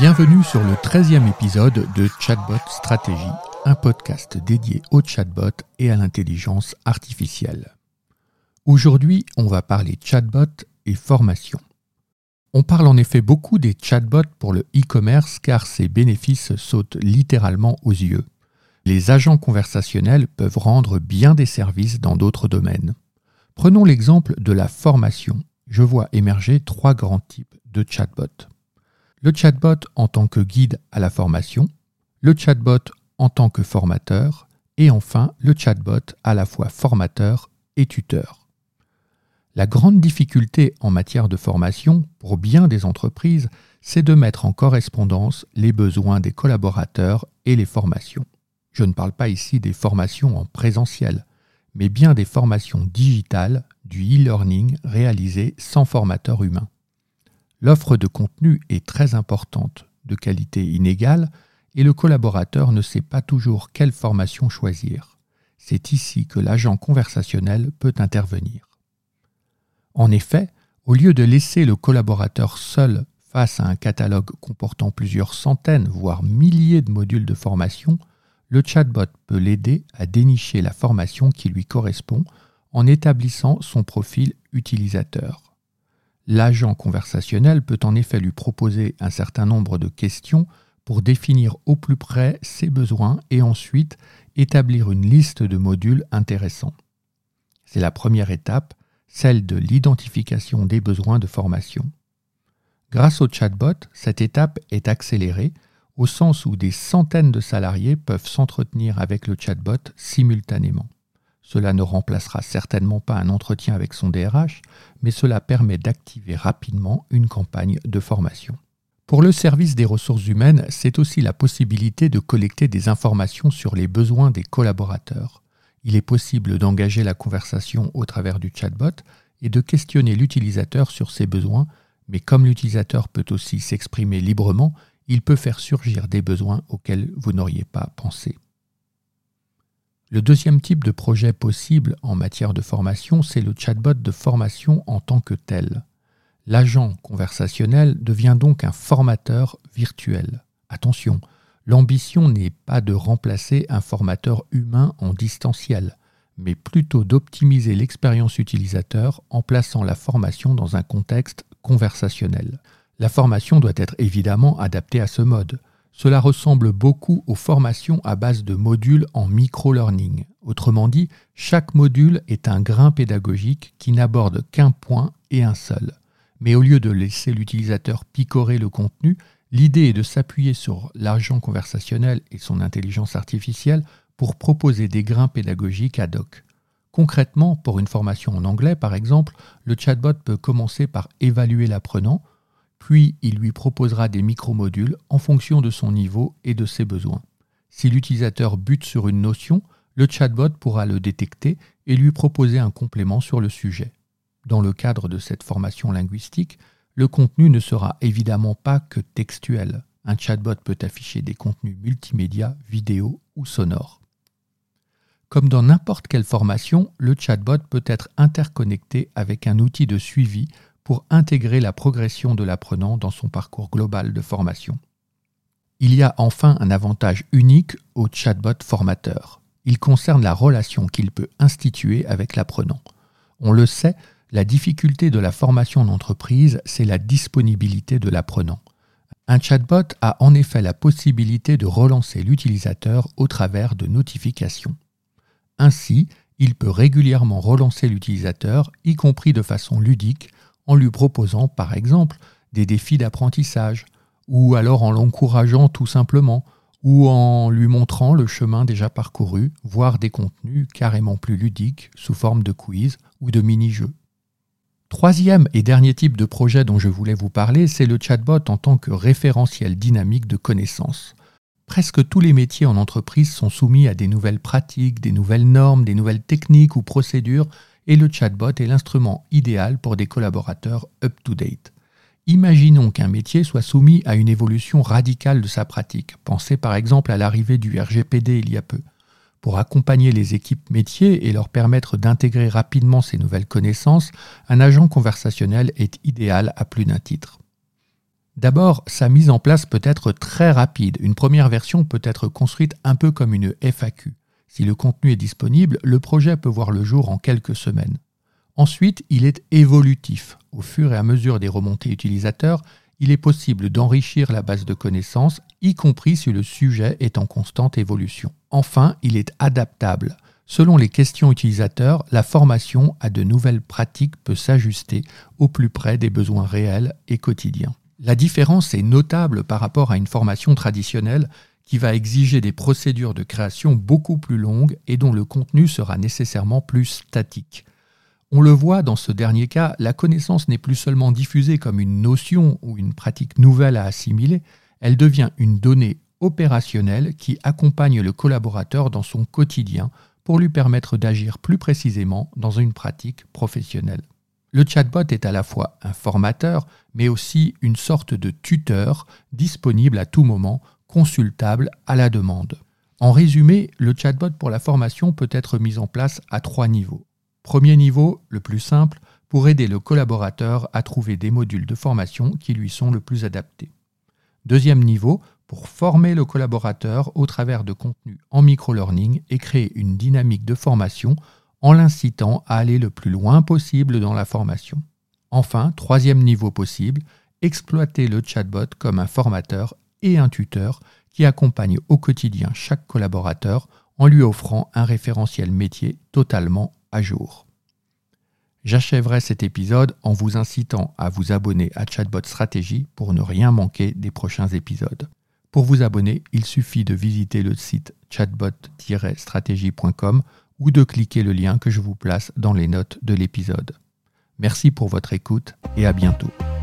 Bienvenue sur le 13e épisode de Chatbot Stratégie, un podcast dédié au chatbot et à l'intelligence artificielle. Aujourd'hui, on va parler chatbot et formation. On parle en effet beaucoup des chatbots pour le e-commerce car ces bénéfices sautent littéralement aux yeux. Les agents conversationnels peuvent rendre bien des services dans d'autres domaines. Prenons l'exemple de la formation. Je vois émerger 3 grands types de chatbots. Le chatbot en tant que guide à la formation, le chatbot en tant que formateur et enfin le chatbot à la fois formateur et tuteur. La grande difficulté en matière de formation pour bien des entreprises, c'est de mettre en correspondance les besoins des collaborateurs et les formations. Je ne parle pas ici des formations en présentiel, mais bien des formations digitales, du e-learning réalisé sans formateur humain. L'offre de contenu est très importante, de qualité inégale, et le collaborateur ne sait pas toujours quelle formation choisir. C'est ici que l'agent conversationnel peut intervenir. En effet, au lieu de laisser le collaborateur seul face à un catalogue comportant plusieurs centaines, voire milliers de modules de formation, le chatbot peut l'aider à dénicher la formation qui lui correspond en établissant son profil utilisateur. L'agent conversationnel peut en effet lui proposer un certain nombre de questions pour définir au plus près ses besoins et ensuite établir une liste de modules intéressants. C'est la première étape, celle de l'identification des besoins de formation. Grâce au chatbot, cette étape est accélérée au sens où des centaines de salariés peuvent s'entretenir avec le chatbot simultanément. Cela ne remplacera certainement pas un entretien avec son DRH, mais cela permet d'activer rapidement une campagne de formation. Pour le service des ressources humaines, c'est aussi la possibilité de collecter des informations sur les besoins des collaborateurs. Il est possible d'engager la conversation au travers du chatbot et de questionner l'utilisateur sur ses besoins, mais comme l'utilisateur peut aussi s'exprimer librement, il peut faire surgir des besoins auxquels vous n'auriez pas pensé. Le deuxième type de projet possible en matière de formation, c'est le chatbot de formation en tant que tel. L'agent conversationnel devient donc un formateur virtuel. Attention, l'ambition n'est pas de remplacer un formateur humain en distanciel, mais plutôt d'optimiser l'expérience utilisateur en plaçant la formation dans un contexte conversationnel. La formation doit être évidemment adaptée à ce mode. Cela ressemble beaucoup aux formations à base de modules en micro-learning. Autrement dit, chaque module est un grain pédagogique qui n'aborde qu'un point et un seul. Mais au lieu de laisser l'utilisateur picorer le contenu, l'idée est de s'appuyer sur l'agent conversationnel et son intelligence artificielle pour proposer des grains pédagogiques ad hoc. Concrètement, pour une formation en anglais par exemple, le chatbot peut commencer par évaluer l'apprenant, puis il lui proposera des micro-modules en fonction de son niveau et de ses besoins. Si l'utilisateur bute sur une notion, le chatbot pourra le détecter et lui proposer un complément sur le sujet. Dans le cadre de cette formation linguistique, le contenu ne sera évidemment pas que textuel. Un chatbot peut afficher des contenus multimédia, vidéo ou sonores. Comme dans n'importe quelle formation, le chatbot peut être interconnecté avec un outil de suivi pour intégrer la progression de l'apprenant dans son parcours global de formation. Il y a enfin un avantage unique au chatbot formateur. Il concerne la relation qu'il peut instituer avec l'apprenant. On le sait, la difficulté de la formation en entreprise, c'est la disponibilité de l'apprenant. Un chatbot a en effet la possibilité de relancer l'utilisateur au travers de notifications. Ainsi, il peut régulièrement relancer l'utilisateur, y compris de façon ludique, en lui proposant par exemple des défis d'apprentissage, ou alors en l'encourageant tout simplement, ou en lui montrant le chemin déjà parcouru, voire des contenus carrément plus ludiques sous forme de quiz ou de mini-jeux. Troisième et dernier type de projet dont je voulais vous parler, c'est le chatbot en tant que référentiel dynamique de connaissances. Presque tous les métiers en entreprise sont soumis à des nouvelles pratiques, des nouvelles normes, des nouvelles techniques ou procédures, et le chatbot est l'instrument idéal pour des collaborateurs up-to-date. Imaginons qu'un métier soit soumis à une évolution radicale de sa pratique. Pensez par exemple à l'arrivée du RGPD il y a peu. Pour accompagner les équipes métiers et leur permettre d'intégrer rapidement ces nouvelles connaissances, un agent conversationnel est idéal à plus d'un titre. D'abord, sa mise en place peut être très rapide. Une première version peut être construite un peu comme une FAQ. Si le contenu est disponible, le projet peut voir le jour en quelques semaines. Ensuite, il est évolutif. Au fur et à mesure des remontées utilisateurs, il est possible d'enrichir la base de connaissances, y compris si le sujet est en constante évolution. Enfin, il est adaptable. Selon les questions utilisateurs, la formation à de nouvelles pratiques peut s'ajuster au plus près des besoins réels et quotidiens. La différence est notable par rapport à une formation traditionnelle qui va exiger des procédures de création beaucoup plus longues et dont le contenu sera nécessairement plus statique. On le voit dans ce dernier cas, la connaissance n'est plus seulement diffusée comme une notion ou une pratique nouvelle à assimiler, elle devient une donnée opérationnelle qui accompagne le collaborateur dans son quotidien pour lui permettre d'agir plus précisément dans une pratique professionnelle. Le chatbot est à la fois un formateur, mais aussi une sorte de tuteur disponible à tout moment, consultable à la demande. En résumé, le chatbot pour la formation peut être mis en place à 3 niveaux. Premier niveau, le plus simple, pour aider le collaborateur à trouver des modules de formation qui lui sont le plus adaptés. Deuxième niveau, pour former le collaborateur au travers de contenus en micro-learning et créer une dynamique de formation en l'incitant à aller le plus loin possible dans la formation. Enfin, troisième niveau possible, exploiter le chatbot comme un formateur et un tuteur qui accompagne au quotidien chaque collaborateur en lui offrant un référentiel métier totalement à jour. J'achèverai cet épisode en vous incitant à vous abonner à Chatbot Stratégie pour ne rien manquer des prochains épisodes. Pour vous abonner, il suffit de visiter le site chatbot-stratégie.com ou de cliquer le lien que je vous place dans les notes de l'épisode. Merci pour votre écoute et à bientôt.